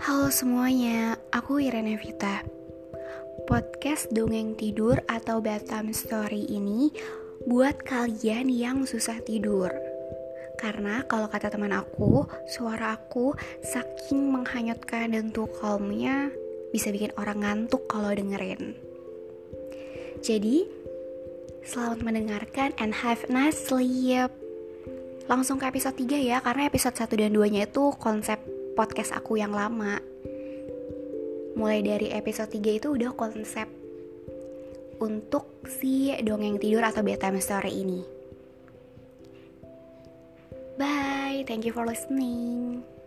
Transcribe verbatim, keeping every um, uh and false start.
Halo semuanya, aku Irene Vita. Podcast Dongeng Tidur atau Bedtime Story ini buat kalian yang susah tidur. Karena kalau kata teman aku, suara aku saking menghanyutkan dan tuh calmnya bisa bikin orang ngantuk kalau dengerin. Jadi, selamat mendengarkan and have a nice sleep. Langsung ke episode tiga ya, karena episode satu dan dua-nya itu konsep podcast aku yang lama. Mulai dari episode tiga itu udah konsep untuk si dongeng tidur atau bedtime story ini. Bye, thank you for listening.